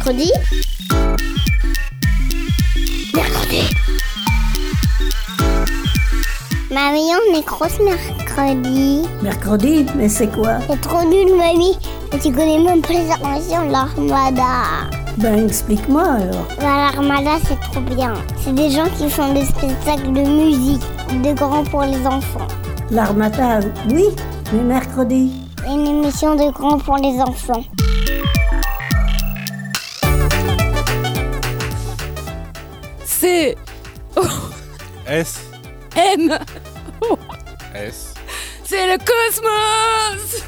Mercredi. Mamie, on est grosse mercredi. Mercredi? Mais c'est quoi? C'est trop nul, mamie. Et tu connais même pas les informations de l'Armada. Ben, explique-moi alors. L'Armada, c'est trop bien. C'est des gens qui font des spectacles de musique, de grands pour les enfants. L'Armada, oui, mais mercredi. Une émission de grands pour les enfants. C O S M O. S C'est le cosmos.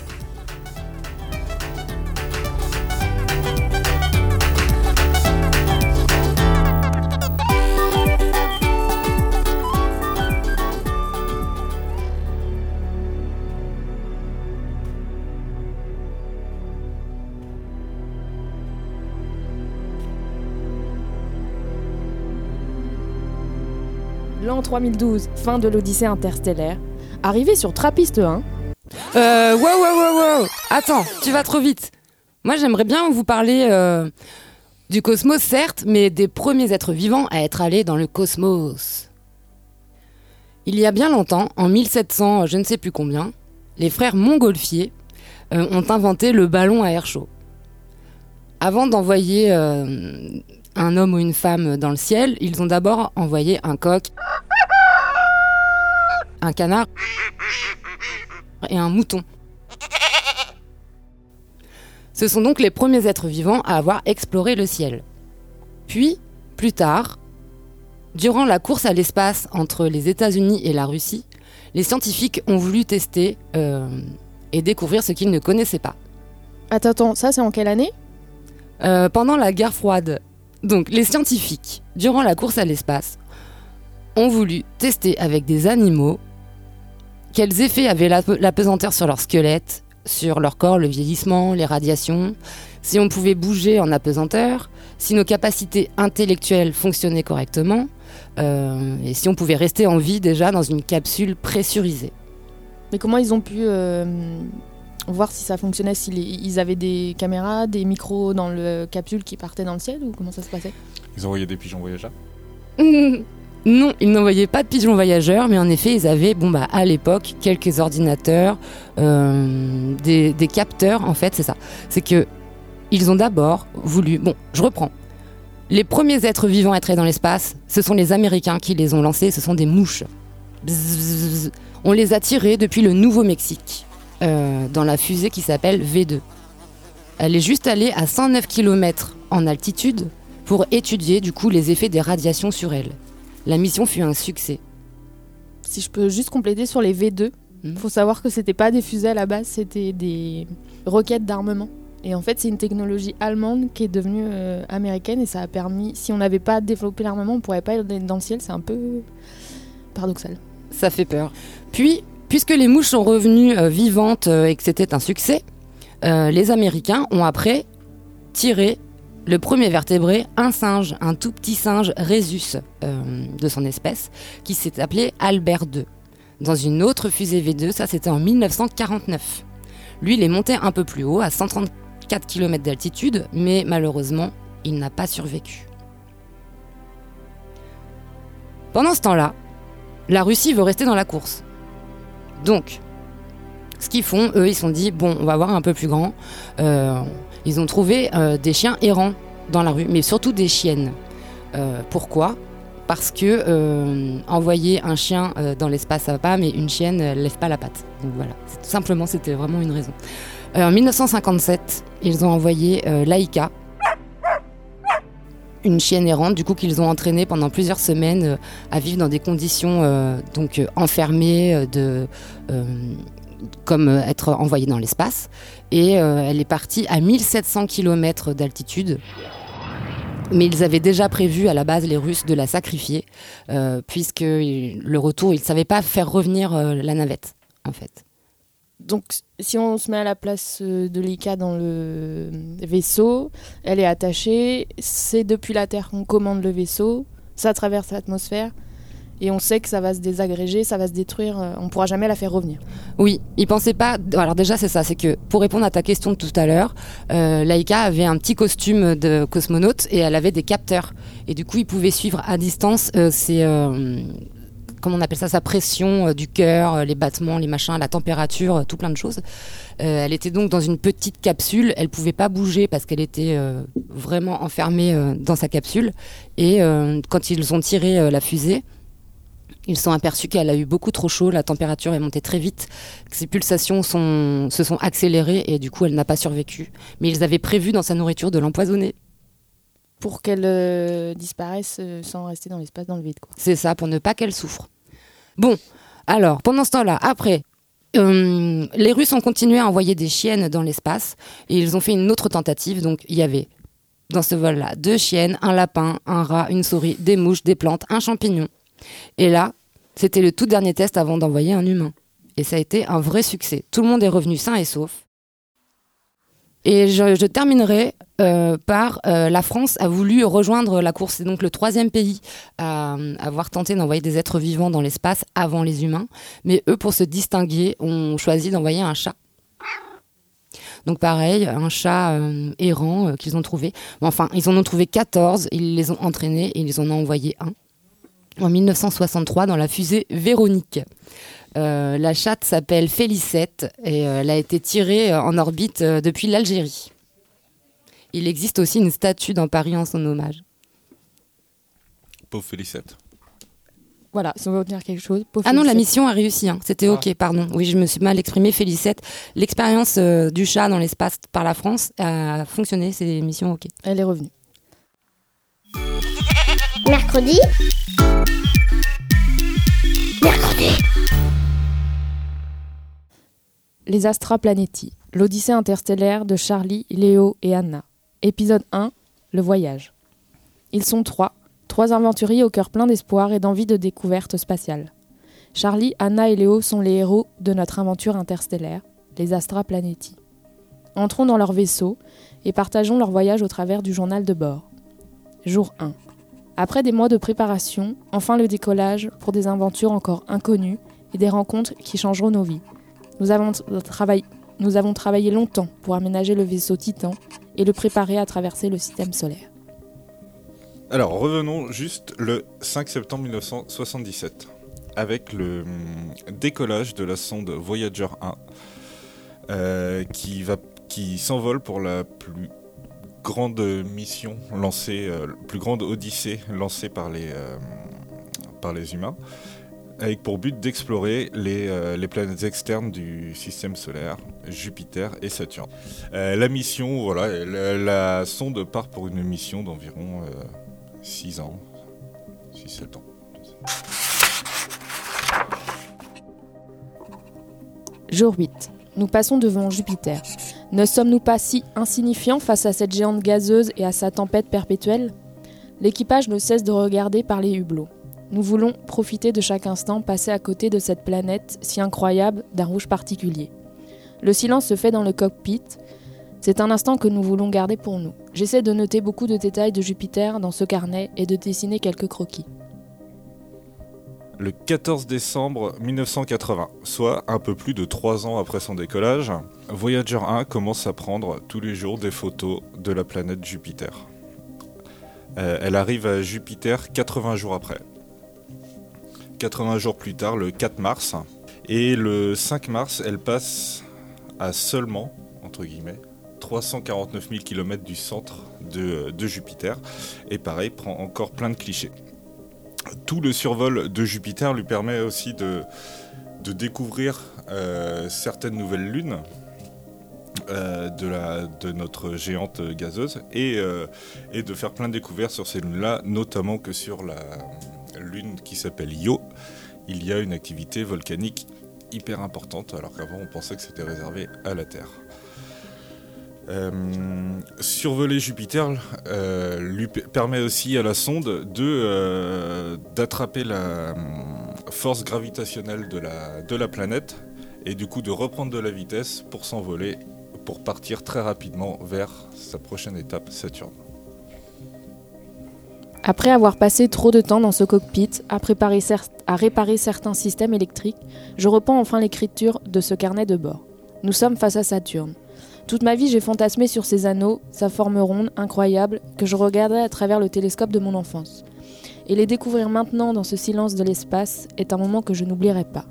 L'an 3012, fin de l'Odyssée interstellaire. Arrivé sur Trappiste 1. Wow. Attends, tu vas trop vite. Moi, j'aimerais bien vous parler du cosmos, certes, mais des premiers êtres vivants à être allés dans le cosmos. Il y a bien longtemps, en 1700, je ne sais plus combien, les frères Montgolfier ont inventé le ballon à air chaud. Avant d'envoyer un homme ou une femme dans le ciel, ils ont d'abord envoyé un coq, un canard et un mouton. Ce sont donc les premiers êtres vivants à avoir exploré le ciel. Puis, plus tard, durant la course à l'espace entre les États-Unis et la Russie, les scientifiques ont voulu tester et découvrir ce qu'ils ne connaissaient pas. Attends, ça c'est en quelle année ? Pendant la guerre froide. Donc, les scientifiques, durant la course à l'espace, ont voulu tester avec des animaux quels effets avait l'apesanteur sur leur squelette, sur leur corps, le vieillissement, les radiations, si on pouvait bouger en apesanteur, si nos capacités intellectuelles fonctionnaient correctement, et si on pouvait rester en vie déjà dans une capsule pressurisée. Mais comment ils ont pu voir si ça fonctionnait, s'ils avaient des caméras, des micros dans le capsule qui partait dans le ciel, ou comment ça se passait ? Ils envoyaient des pigeons voyageurs. Non, ils n'envoyaient pas de pigeons voyageurs, mais en effet, ils avaient, à l'époque, quelques ordinateurs, des capteurs, en fait, c'est ça. C'est que ils ont d'abord voulu... Bon, je reprends. Les premiers êtres vivants à être dans l'espace, ce sont les Américains qui les ont lancés, ce sont des mouches. Bzzz. On les a tirés depuis le Nouveau-Mexique, dans la fusée qui s'appelle V2. Elle est juste allée à 109 km en altitude pour étudier, du coup, les effets des radiations sur elle. La mission fut un succès. Si je peux juste compléter sur les V2, faut savoir que c'était pas des fusées à la base, c'était des roquettes d'armement. Et en fait, c'est une technologie allemande qui est devenue américaine, et ça a permis, si on n'avait pas développé l'armement, on pourrait pas aller dans le ciel, c'est un peu paradoxal. Ça fait peur. Puis, puisque les mouches sont revenues vivantes et que c'était un succès, les Américains ont après tiré le premier vertébré, un singe, un tout petit singe rhésus de son espèce, qui s'est appelé Albert II. Dans une autre fusée V2, ça c'était en 1949. Lui, il est monté un peu plus haut, à 134 km d'altitude, mais malheureusement, il n'a pas survécu. Pendant ce temps-là, la Russie veut rester dans la course. Donc, ce qu'ils font, eux, ils se sont dit, bon, on va voir un peu plus grand. Ils ont trouvé des chiens errants dans la rue, mais surtout des chiennes. Pourquoi ? Parce que envoyer un chien dans l'espace, ça va pas, mais une chienne, elle lève pas la patte. Donc voilà, tout simplement, c'était vraiment une raison. En 1957, ils ont envoyé Laïka, une chienne errante, du coup, qu'ils ont entraînée pendant plusieurs semaines à vivre dans des conditions enfermées, comme être envoyée dans l'espace. Et elle est partie à 1700 km d'altitude. Mais ils avaient déjà prévu à la base, les Russes, de la sacrifier, puisque le retour, ils ne savaient pas faire revenir la navette, en fait. Donc, si on se met à la place de Laïka dans le vaisseau, elle est attachée, c'est depuis la Terre qu'on commande le vaisseau, ça traverse l'atmosphère, Et on sait que ça va se désagréger, ça va se détruire, on ne pourra jamais la faire revenir. Oui, ils pensaient pas. Alors déjà c'est ça, c'est que pour répondre à ta question de tout à l'heure, Laika avait un petit costume de cosmonaute et elle avait des capteurs. Et du coup ils pouvaient suivre à distance comment on appelle ça, sa pression du cœur, les battements, les machins, la température, tout plein de choses. Elle était donc dans une petite capsule, elle pouvait pas bouger parce qu'elle était vraiment enfermée dans sa capsule. Et quand ils ont tiré la fusée, ils se sont aperçus qu'elle a eu beaucoup trop chaud, la température est montée très vite, que ses pulsations se sont accélérées et du coup elle n'a pas survécu. Mais ils avaient prévu dans sa nourriture de l'empoisonner. Pour qu'elle disparaisse sans rester dans l'espace, dans le vide, quoi. C'est ça, pour ne pas qu'elle souffre. Bon, alors pendant ce temps-là, après, les Russes ont continué à envoyer des chiennes dans l'espace et ils ont fait une autre tentative. Donc il y avait dans ce vol-là 2 chiennes, un lapin, un rat, une souris, des mouches, des plantes, un champignon. Et là, c'était le tout dernier test avant d'envoyer un humain. Et ça a été un vrai succès. Tout le monde est revenu sain et sauf. Et je terminerai par la France a voulu rejoindre la course. C'est donc le 3e pays à avoir tenté d'envoyer des êtres vivants dans l'espace avant les humains. Mais eux, pour se distinguer, ont choisi d'envoyer un chat. Donc pareil, un chat errant qu'ils ont trouvé. Enfin, ils en ont trouvé 14, ils les ont entraînés et ils en ont envoyé un. En 1963, dans la fusée Véronique. La chatte s'appelle Félicette et elle a été tirée en orbite depuis l'Algérie. Il existe aussi une statue dans Paris en son hommage. Pauvre Félicette. Voilà, si on veut retenir quelque chose. Ah non, la mission a réussi. Hein. C'était OK, pardon. Oui, je me suis mal exprimée. Félicette. L'expérience du chat dans l'espace par la France a fonctionné. C'est une mission OK. Elle est revenue. Mercredi. Les Astra Planetti, l'Odyssée interstellaire de Charlie, Léo et Anna. Épisode 1, le voyage. Ils sont 3 aventuriers au cœur plein d'espoir et d'envie de découverte spatiale. Charlie, Anna et Léo sont les héros de notre aventure interstellaire, les Astra Planetti. Entrons dans leur vaisseau et partageons leur voyage au travers du journal de bord. Jour 1. Après des mois de préparation, enfin le décollage pour des aventures encore inconnues et des rencontres qui changeront nos vies. Nous avons travaillé longtemps pour aménager le vaisseau Titan et le préparer à traverser le système solaire. Alors revenons juste le 5 septembre 1977 avec le décollage de la sonde Voyager 1 qui s'envole pour la plus grande mission lancée, plus grande odyssée lancée par les humains, avec pour but d'explorer les planètes externes du système solaire, Jupiter et Saturne. La mission, voilà, la sonde part pour une mission d'environ 6 ans, 6-7 ans. Jour 8. Nous passons devant Jupiter. Ne sommes-nous pas si insignifiants face à cette géante gazeuse et à sa tempête perpétuelle ? L'équipage ne cesse de regarder par les hublots. Nous voulons profiter de chaque instant passé à côté de cette planète si incroyable d'un rouge particulier. Le silence se fait dans le cockpit. C'est un instant que nous voulons garder pour nous. J'essaie de noter beaucoup de détails de Jupiter dans ce carnet et de dessiner quelques croquis. Le 14 décembre 1980, soit un peu plus de 3 ans après son décollage, Voyager 1 commence à prendre tous les jours des photos de la planète Jupiter. Elle arrive à Jupiter 80 jours après. 80 jours plus tard, le 4 mars, et le 5 mars, elle passe à seulement, entre guillemets, 349 000 km du centre de Jupiter, et pareil, prend encore plein de clichés. Tout le survol de Jupiter lui permet aussi de découvrir certaines nouvelles lunes de notre géante gazeuse et de faire plein de découvertes sur ces lunes-là, notamment que sur la lune qui s'appelle Io, il y a une activité volcanique hyper importante, alors qu'avant on pensait que c'était réservé à la Terre. Survoler Jupiter lui permet aussi à la sonde d'attraper la force gravitationnelle de la planète et du coup de reprendre de la vitesse pour s'envoler, pour partir très rapidement vers sa prochaine étape, Saturne. Après avoir passé trop de temps dans ce cockpit, à réparer certains systèmes électriques, je reprends enfin l'écriture de ce carnet de bord. Nous sommes face à Saturne. Toute ma vie, j'ai fantasmé sur ces anneaux, sa forme ronde, incroyable, que je regardais à travers le télescope de mon enfance. Et les découvrir maintenant dans ce silence de l'espace est un moment que je n'oublierai pas.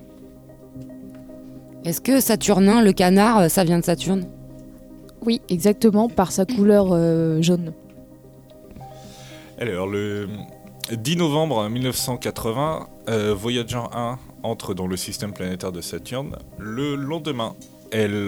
Est-ce que Saturnin, le canard, ça vient de Saturne ? Oui, exactement, par sa couleur jaune. Alors, le 10 novembre 1980, Voyager 1 entre dans le système planétaire de Saturne. Le lendemain, elle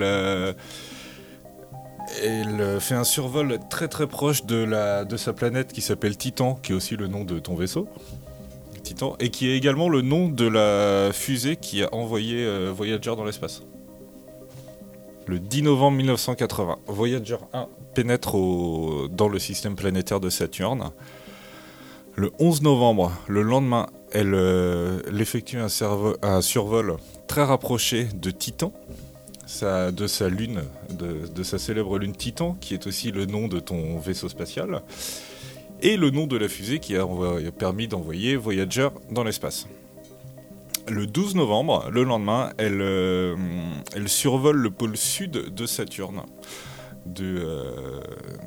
fait un survol très très proche de sa planète qui s'appelle Titan, qui est aussi le nom de ton vaisseau, Titan, et qui est également le nom de la fusée qui a envoyé Voyager dans l'espace. Le 10 novembre 1980, Voyager 1 pénètre dans le système planétaire de Saturne. Le 11 novembre, le lendemain, elle effectue un survol très rapproché de Titan, de sa lune, de sa célèbre lune Titan, qui est aussi le nom de ton vaisseau spatial, et le nom de la fusée qui a permis d'envoyer Voyager dans l'espace. Le 12 novembre, le lendemain, elle survole le pôle sud de Saturne, de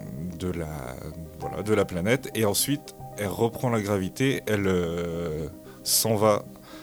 la planète, et ensuite elle reprend la gravité, elle s'en va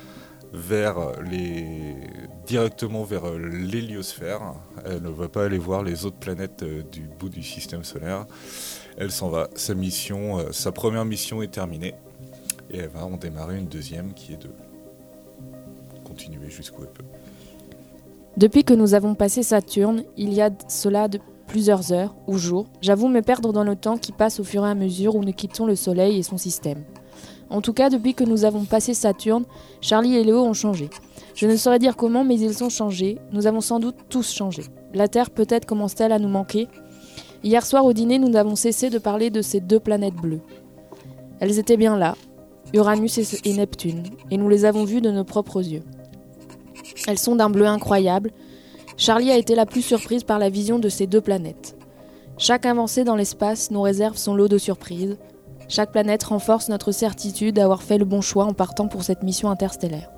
directement vers l'héliosphère. Elle ne va pas aller voir les autres planètes du bout du système solaire. Elle s'en va. Sa première mission est terminée. Et elle va en démarrer une deuxième qui est de continuer jusqu'où elle peut. Depuis que nous avons passé Saturne, il y a cela de plusieurs heures ou jours, j'avoue me perdre dans le temps qui passe au fur et à mesure où nous quittons le Soleil et son système. En tout cas, depuis que nous avons passé Saturne, Charlie et Léo ont changé. Je ne saurais dire comment, mais ils ont changé. Nous avons sans doute tous changé. La Terre peut-être commence-t-elle à nous manquer ? Hier soir au dîner, nous n'avons cessé de parler de ces deux planètes bleues. Elles étaient bien là, Uranus et Neptune, et nous les avons vues de nos propres yeux. Elles sont d'un bleu incroyable. Charlie a été la plus surprise par la vision de ces deux planètes. Chaque avancée dans l'espace nous réserve son lot de surprises. Chaque planète renforce notre certitude d'avoir fait le bon choix en partant pour cette mission interstellaire.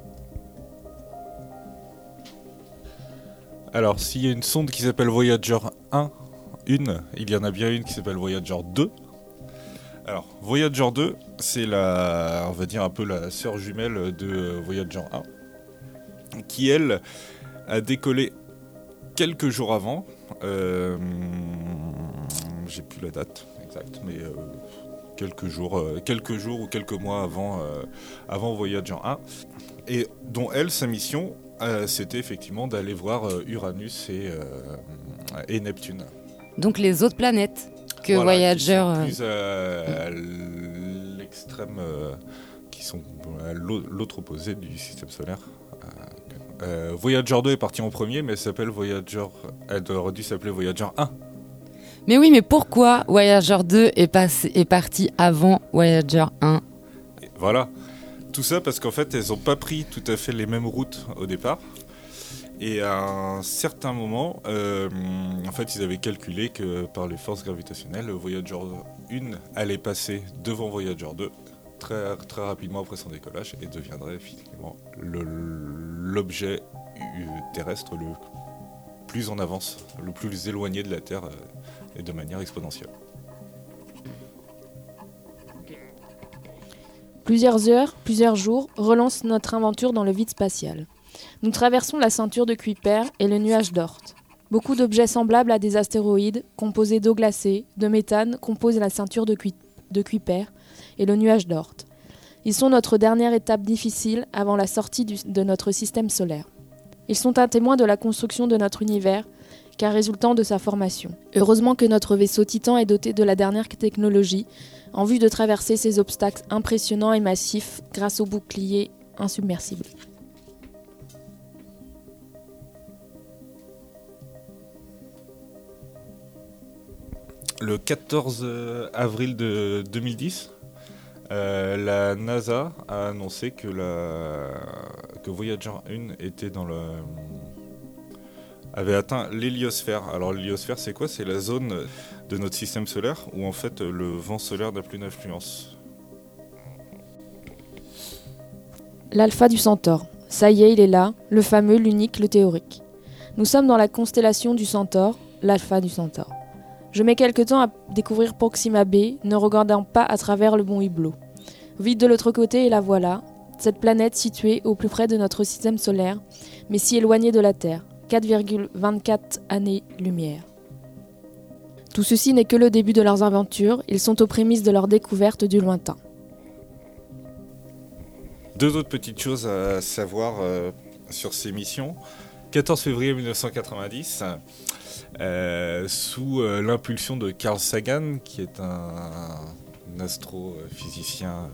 Alors, s'il y a une sonde qui s'appelle Voyager 1, il y en a bien une qui s'appelle Voyager 2. Alors, Voyager 2, c'est on va dire un peu la sœur jumelle de Voyager 1, qui, elle, a décollé quelques jours avant. J'ai plus la date exacte, mais quelques jours ou quelques mois avant Voyager 1. Et dont elle, sa mission, c'était effectivement d'aller voir Uranus et Neptune. Donc les autres planètes que voilà, Voyager... Qui sont plus à l'extrême, qui sont à l'autre opposé du système solaire. Voyager 2 est parti en premier, mais elle aurait dû s'appeler Voyager 1. Mais oui, mais pourquoi Voyager 2 est parti avant Voyager 1 ? Et voilà. Tout ça parce qu'en fait, elles n'ont pas pris tout à fait les mêmes routes au départ. Et à un certain moment, en fait, ils avaient calculé que par les forces gravitationnelles, Voyager 1 allait passer devant Voyager 2 très, très rapidement après son décollage et deviendrait finalement l'objet terrestre le plus en avance, le plus éloigné de la Terre et de manière exponentielle. Plusieurs heures, plusieurs jours relancent notre aventure dans le vide spatial. Nous traversons la ceinture de Kuiper et le nuage d'Oort. Beaucoup d'objets semblables à des astéroïdes, composés d'eau glacée, de méthane, composent la ceinture de Kuiper et le nuage d'Oort. Ils sont notre dernière étape difficile avant la sortie de notre système solaire. Ils sont un témoin de la construction de notre univers, car résultant de sa formation. Heureusement que notre vaisseau Titan est doté de la dernière technologie, en vue de traverser ces obstacles impressionnants et massifs grâce au bouclier insubmersible. Le 14 avril de 2010, la NASA a annoncé que Voyager 1 était avait atteint l'héliosphère. Alors l'héliosphère, c'est quoi ? C'est la zone de notre système solaire où en fait le vent solaire n'a plus d'influence. L'alpha du Centaure. Ça y est, il est là, le fameux, l'unique, le théorique. Nous sommes dans la constellation du Centaure, l'alpha du Centaure. Je mets quelque temps à découvrir Proxima b, ne regardant pas à travers le bon hublot. Vite de l'autre côté, et la voilà, cette planète située au plus près de notre système solaire, mais si éloignée de la Terre, 4,24 années-lumière. Tout ceci n'est que le début de leurs aventures, ils sont aux prémices de leur découverte du lointain. Deux autres petites choses à savoir sur ces missions. 14 février 1990, sous l'impulsion de Carl Sagan, qui est un astrophysicien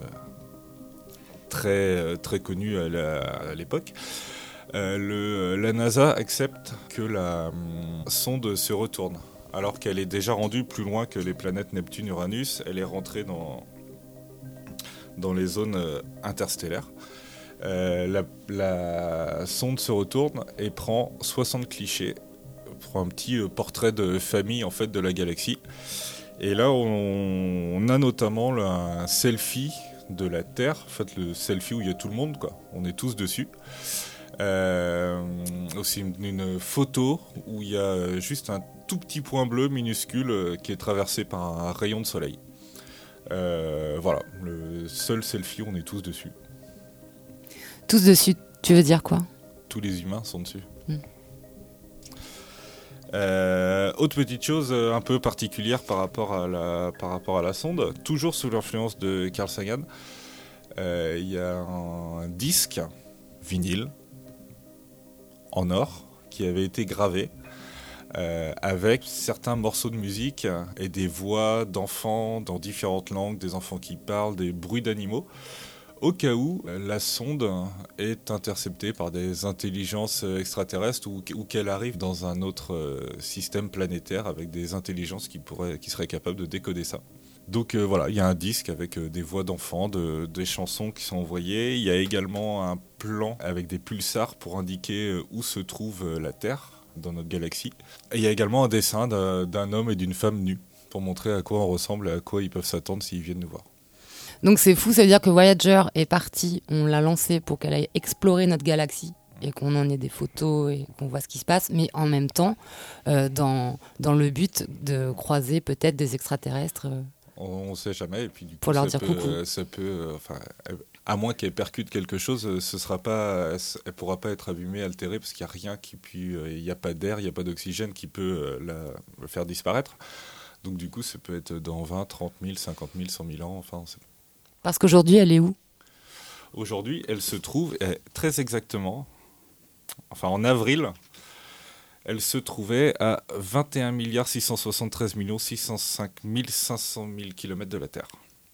très connu à l'époque, la NASA accepte que la sonde se retourne. Alors qu'elle est déjà rendue plus loin que les planètes Neptune et Uranus, elle est rentrée dans les zones interstellaires. La sonde se retourne et prend 60 clichés, prend un petit portrait de famille en fait de la galaxie. Et là, on a notamment un selfie de la Terre, en fait le selfie où il y a tout le monde, quoi. On est tous dessus. Aussi une photo où il y a juste un tout petit point bleu minuscule qui est traversé par un rayon de soleil. Voilà, le seul selfie, on est tous dessus. Tous dessus, tu veux dire quoi ? Tous les humains sont dessus. Autre petite chose un peu particulière par rapport à la sonde, toujours sous l'influence de Carl Sagan, il y a un disque vinyle en or qui avait été gravé avec certains morceaux de musique et des voix d'enfants dans différentes langues, des enfants qui parlent, des bruits d'animaux, au cas où la sonde est interceptée par des intelligences extraterrestres ou qu'elle arrive dans un autre système planétaire avec des intelligences qui seraient capables de décoder ça. Donc voilà, il y a un disque avec des voix d'enfants, des chansons qui sont envoyées. Il y a également un plan avec des pulsars pour indiquer où se trouve la Terre dans notre galaxie. Et il y a également un dessin d'un homme et d'une femme nus pour montrer à quoi on ressemble et à quoi ils peuvent s'attendre s'ils viennent nous voir. Donc c'est fou, ça veut dire que Voyager est parti, on l'a lancé pour qu'elle aille explorer notre galaxie et qu'on en ait des photos et qu'on voit ce qui se passe, mais en même temps, dans le but de croiser peut-être des extraterrestres. On ne sait jamais, et puis du coup, pour leur dire coucou. À moins qu'elle percute quelque chose, elle pourra pas être abîmée, altérée, parce qu'il n'y a rien il n'y a pas d'air, il n'y a pas d'oxygène qui peut la faire disparaître. Donc du coup, ça peut être dans 20, 30 000, 50 000, 100 000 ans, enfin... Parce qu'aujourd'hui, elle est où ? Aujourd'hui, elle se trouve, très exactement, en avril, elle se trouvait à 21 673 605 500 000 km de la Terre.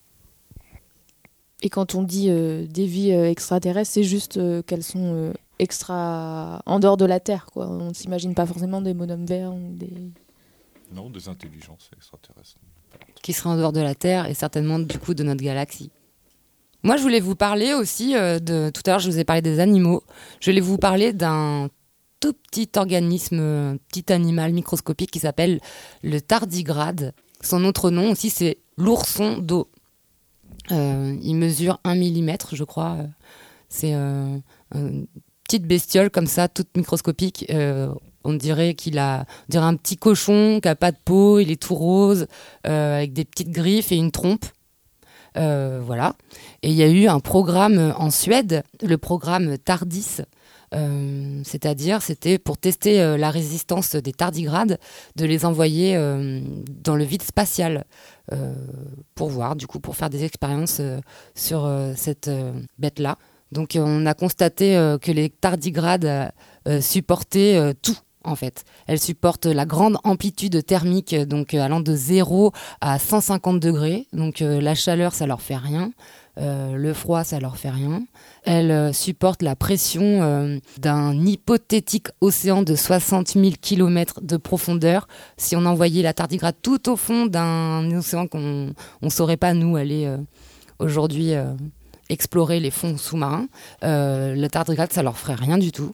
Et quand on dit des vies extraterrestres, c'est juste qu'elles sont en dehors de la Terre, quoi. On ne s'imagine pas forcément des bonhommes verts ou des... Non, des intelligences extraterrestres. Qui seraient en dehors de la Terre et certainement du coup de notre galaxie. Moi, je voulais vous parler aussi tout à l'heure, je vous ai parlé des animaux. Je voulais vous parler d'un tout petit organisme, petit animal microscopique qui s'appelle le tardigrade. Son autre nom aussi, c'est l'ourson d'eau. Il mesure 1 mm, je crois. C'est une petite bestiole comme ça, toute microscopique. On dirait un petit cochon qui n'a pas de peau, il est tout rose, avec des petites griffes et une trompe. Voilà. Et il y a eu un programme en Suède, le programme TARDIS, c'était pour tester la résistance des tardigrades, de les envoyer dans le vide spatial pour voir, du coup, pour faire des expériences sur cette bête-là. Donc on a constaté que les tardigrades supportaient tout. En fait, elles supportent la grande amplitude thermique, donc allant de 0 à 150 degrés. Donc la chaleur, ça leur fait rien. Le froid, ça leur fait rien. Elles supportent la pression d'un hypothétique océan de 60 000 km de profondeur. Si on envoyait la tardigrade tout au fond d'un océan qu'on ne saurait pas, nous, aller aujourd'hui explorer les fonds sous-marins, la tardigrade, ça leur ferait rien du tout.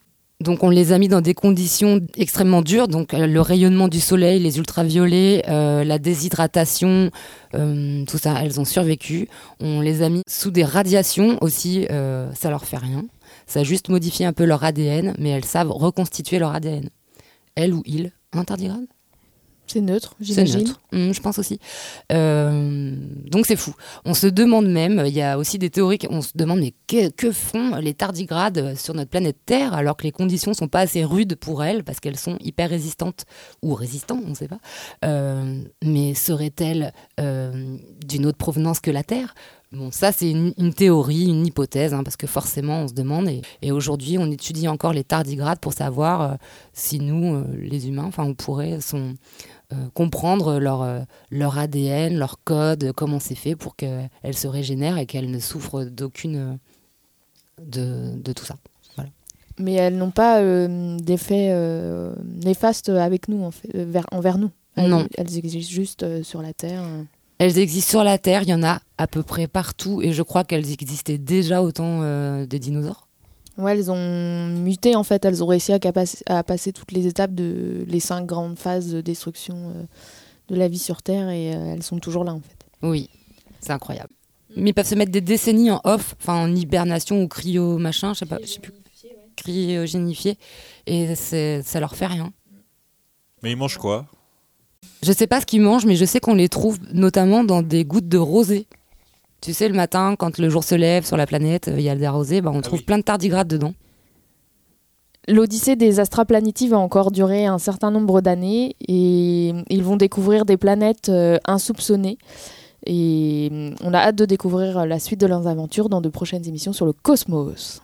Donc on les a mis dans des conditions extrêmement dures, donc le rayonnement du soleil, les ultraviolets, la déshydratation, tout ça, elles ont survécu. On les a mis sous des radiations aussi, ça leur fait rien. Ça a juste modifié un peu leur ADN, mais elles savent reconstituer leur ADN. Elles ou ils, un tardigrade ? C'est neutre, j'imagine. C'est neutre, je pense aussi. Donc c'est fou. On se demande même, il y a aussi des théories, on se demande mais que font les tardigrades sur notre planète Terre alors que les conditions sont pas assez rudes pour elles parce qu'elles sont hyper résistantes ou résistants, on ne sait pas. Mais seraient-elles d'une autre provenance que la Terre ? Bon, ça c'est une théorie, une hypothèse, parce que forcément on se demande. Et aujourd'hui on étudie encore les tardigrades pour savoir si nous, les humains, on pourrait comprendre leur ADN, leur code, comment c'est fait pour qu'elles se régénèrent et qu'elles ne souffrent d'aucune de tout ça. Voilà. Mais elles n'ont pas d'effet néfaste avec nous, envers nous. Non. Elles existent juste sur la Terre. Elles existent sur la Terre, il y en a à peu près partout et je crois qu'elles existaient déjà au temps des dinosaures. Ouais, elles ont muté en fait, elles ont réussi à passer toutes les étapes les 5 grandes phases de destruction de la vie sur Terre et elles sont toujours là en fait. Oui, c'est incroyable. Mais ils peuvent se mettre des décennies en off, en hibernation ou cryo machin, je sais plus, cryogénifié, et ça leur fait rien. Mais ils mangent quoi ? Je sais pas ce qu'ils mangent, mais je sais qu'on les trouve notamment dans des gouttes de rosée. Tu sais, le matin, quand le jour se lève sur la planète, il y a des rosées, on trouve plein de tardigrades dedans. L'odyssée des Astraplanetii va encore durer un certain nombre d'années et ils vont découvrir des planètes insoupçonnées. Et on a hâte de découvrir la suite de leurs aventures dans de prochaines émissions sur le cosmos.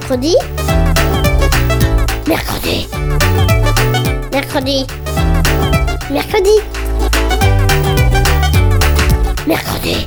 Mercredi. Mercredi. Mercredi. Mercredi. Mercredi.